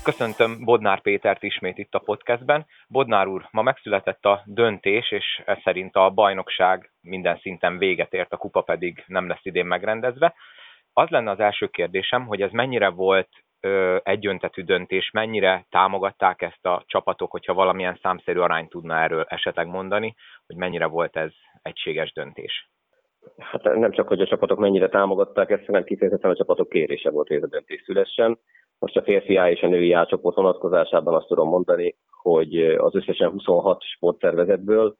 Köszöntöm Bodnár Pétert ismét itt a podcastben. Bodnár úr, ma megszületett a döntés, és ez szerint a bajnokság minden szinten véget ért, a kupa pedig nem lesz idén megrendezve. Az lenne az első kérdésem, hogy ez mennyire volt egyöntetű döntés, mennyire támogatták ezt a csapatok, hogyha valamilyen számszerű arányt tudna erről esetleg mondani, hogy mennyire volt ez egységes döntés? Hát nem csak, hogy a csapatok mennyire támogatták ezt, hanem kifejezetten a csapatok kérése volt, hogy ez a döntés szülessen. Most a férfi A és a női A csoport vonatkozásában azt tudom mondani, hogy az összesen 26 sportszervezetből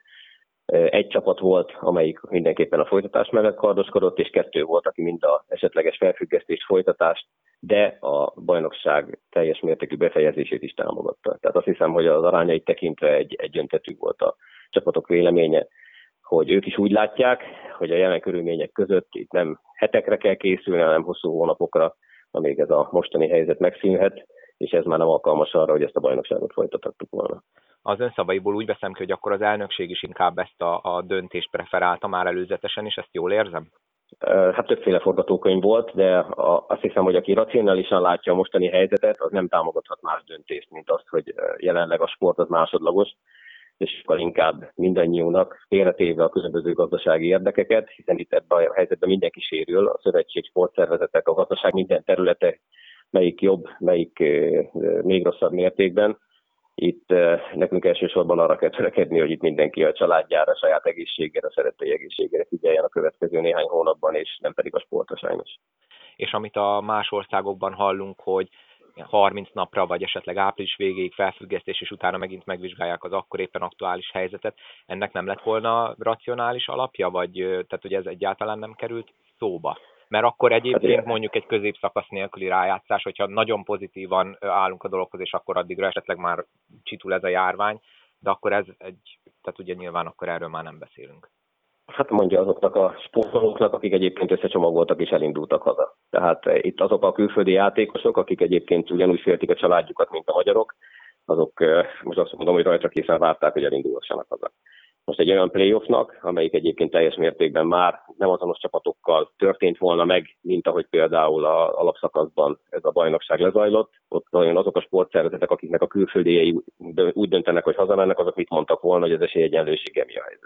egy csapat volt, amelyik mindenképpen a folytatás mellett kardoskodott, és 2 volt, aki mind a esetleges felfüggesztést, folytatást, de a bajnokság teljes mértékű befejezését is támogatta. Tehát azt hiszem, hogy az arányait tekintve egyöntetű volt a csapatok véleménye, hogy ők is úgy látják, hogy a jelen körülmények között itt nem hetekre kell készülni, hanem hosszú hónapokra, amíg ez a mostani helyzet megszűnhet, és ez már nem alkalmas arra, hogy ezt a bajnokságot folytathattuk volna. Az ön szavaiból úgy veszem ki, hogy akkor az elnökség is inkább ezt a döntést preferálta már előzetesen, és ezt jól érzem? Hát többféle forgatókönyv volt, de azt hiszem, hogy aki racionálisan látja a mostani helyzetet, az nem támogathat más döntést, mint azt, hogy jelenleg a sport az másodlagos, és sokkal inkább mindannyiunknak félretéve a különböző gazdasági érdekeket, hiszen itt ebben a helyzetben mindenki sérül, a szövetség, sportszervezetek, a gazdaság minden területe, melyik jobb, melyik még rosszabb mértékben. Itt nekünk elsősorban arra kell törekedni, hogy itt mindenki a családjára, a saját egészségére, a szerettei egészségére figyeljen a következő néhány hónapban, és nem pedig a sportra sajnos. És amit a más országokban hallunk, hogy 30 napra, vagy esetleg április végéig felfüggesztés, és utána megint megvizsgálják az akkor éppen aktuális helyzetet, ennek nem lett volna racionális alapja, vagy tehát, hogy ez egyáltalán nem került szóba? Mert akkor egyébként mondjuk egy középszakasz nélküli rájátszás, hogyha nagyon pozitívan állunk a dologhoz, és akkor addigra esetleg már csitul ez a járvány, de akkor tehát ugye nyilván akkor erről már nem beszélünk. Hát mondja azoknak a sportolóknak, akik egyébként összecsomagoltak és elindultak haza. Tehát itt azok a külföldi játékosok, akik egyébként ugyanúgy féltik a családjukat, mint a magyarok, azok most azt mondom, hogy rajta készen várták, hogy elindulhassanak haza. Most egy olyan playoffnak, amelyik egyébként teljes mértékben már nem azonos csapatokkal történt volna meg, mint ahogy például az alapszakaszban ez a bajnokság lezajlott. Ott azok a sportszervezetek, akiknek a külföldiei úgy döntenek, hogy hazamennek, azok mit mondtak volna, hogy az esélyegyenlőséggel mi a helyzet.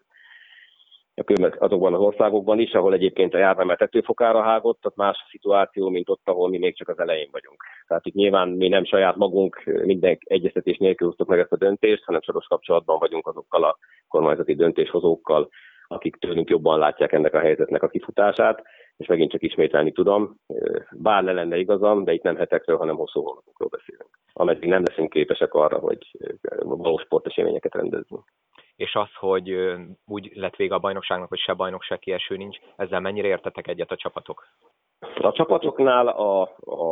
Azokban az országokban is, ahol egyébként a járvány már tetőfokára hágott, ott más a szituáció, mint ott, ahol mi még csak az elején vagyunk. Tehát itt nyilván mi nem saját magunk minden egyeztetés nélkül hoztuk meg ezt a döntést, hanem szoros kapcsolatban vagyunk azokkal a kormányzati döntéshozókkal, akik tőlünk jobban látják ennek a helyzetnek a kifutását, és megint csak ismételni tudom, bár ne lenne igazam, de itt nem hetekről, hanem hosszú hónapokról beszélünk, ameddig nem leszünk képesek arra, hogy valós sporteseményeket rendezzünk. És az, hogy úgy lett vége a bajnokságnak, hogy se bajnok, se kieső nincs, ezzel mennyire értetek egyet a csapatok? A csapatoknál a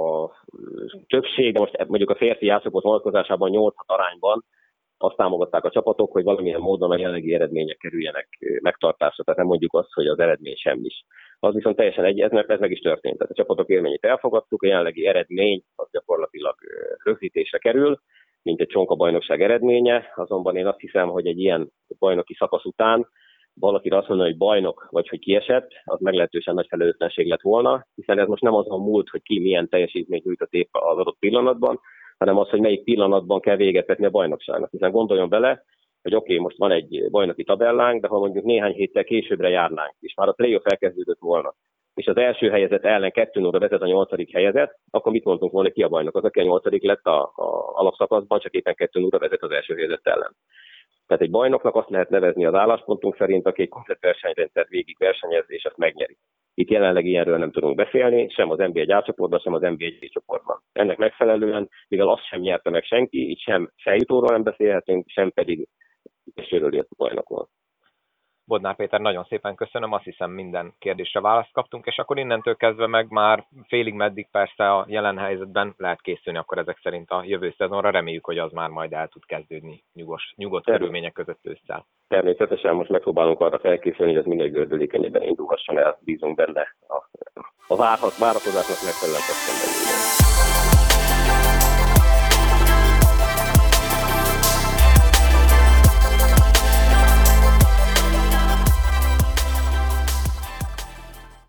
többség, most mondjuk a férfi játékos vonatkozásában 8 arányban azt támogatták a csapatok, hogy valamilyen módon a jelenlegi eredmények kerüljenek megtartásra, tehát nem mondjuk azt, hogy az eredmény semmis. Az viszont teljesen ez meg is történt. Tehát a csapatok élményét elfogadtuk, a jelenlegi eredmény az gyakorlatilag rögzítésre kerül, mint egy csonka-bajnokság eredménye, azonban én azt hiszem, hogy egy ilyen bajnoki szakasz után valakire azt mondani, hogy bajnok vagy hogy kiesett, az meglehetősen nagy felelőtlenség lett volna, hiszen ez most nem azon múlt, hogy ki milyen teljesítményt nyújtott épp az adott pillanatban, hanem az, hogy melyik pillanatban kell véget vetni a bajnokságnak. Hiszen gondoljon bele, hogy oké, most van egy bajnoki tabellánk, de ha mondjuk néhány héttel későbbre járnánk, és már a playoff elkezdődött volna, és az első helyezett ellen 2-0-ra vezet a 8. helyezett, akkor mit mondtunk volna, ki a bajnok? Az, aki a 8. lett a alapszakaszban, csak éppen 2-0-ra vezet az első helyezett ellen. Tehát egy bajnoknak azt lehet nevezni az álláspontunk szerint, aki egy komplett versenyrendszert végig versenyez, és azt megnyeri. Itt jelenleg ilyenről nem tudunk beszélni, sem az NBA A csoportban, sem az NBA B csoportban. Ennek megfelelően, mivel azt sem nyerte meg senki, itt sem feljutóról nem beszélhetünk, sem pedig sérülést a bajnokról. Bodnár Péter, nagyon szépen köszönöm, azt hiszem minden kérdésre választ kaptunk, és akkor innentől kezdve meg már félig meddig persze a jelen helyzetben lehet készülni akkor ezek szerint a jövő szezonra, reméljük, hogy az már majd el tud kezdődni nyugodt körülmények között ősszel. Természetesen most megpróbálunk arra felkészülni, hogy ez minél gördülékenyebben indulhasson el, bízunk benne a várakozásnak megfelelően.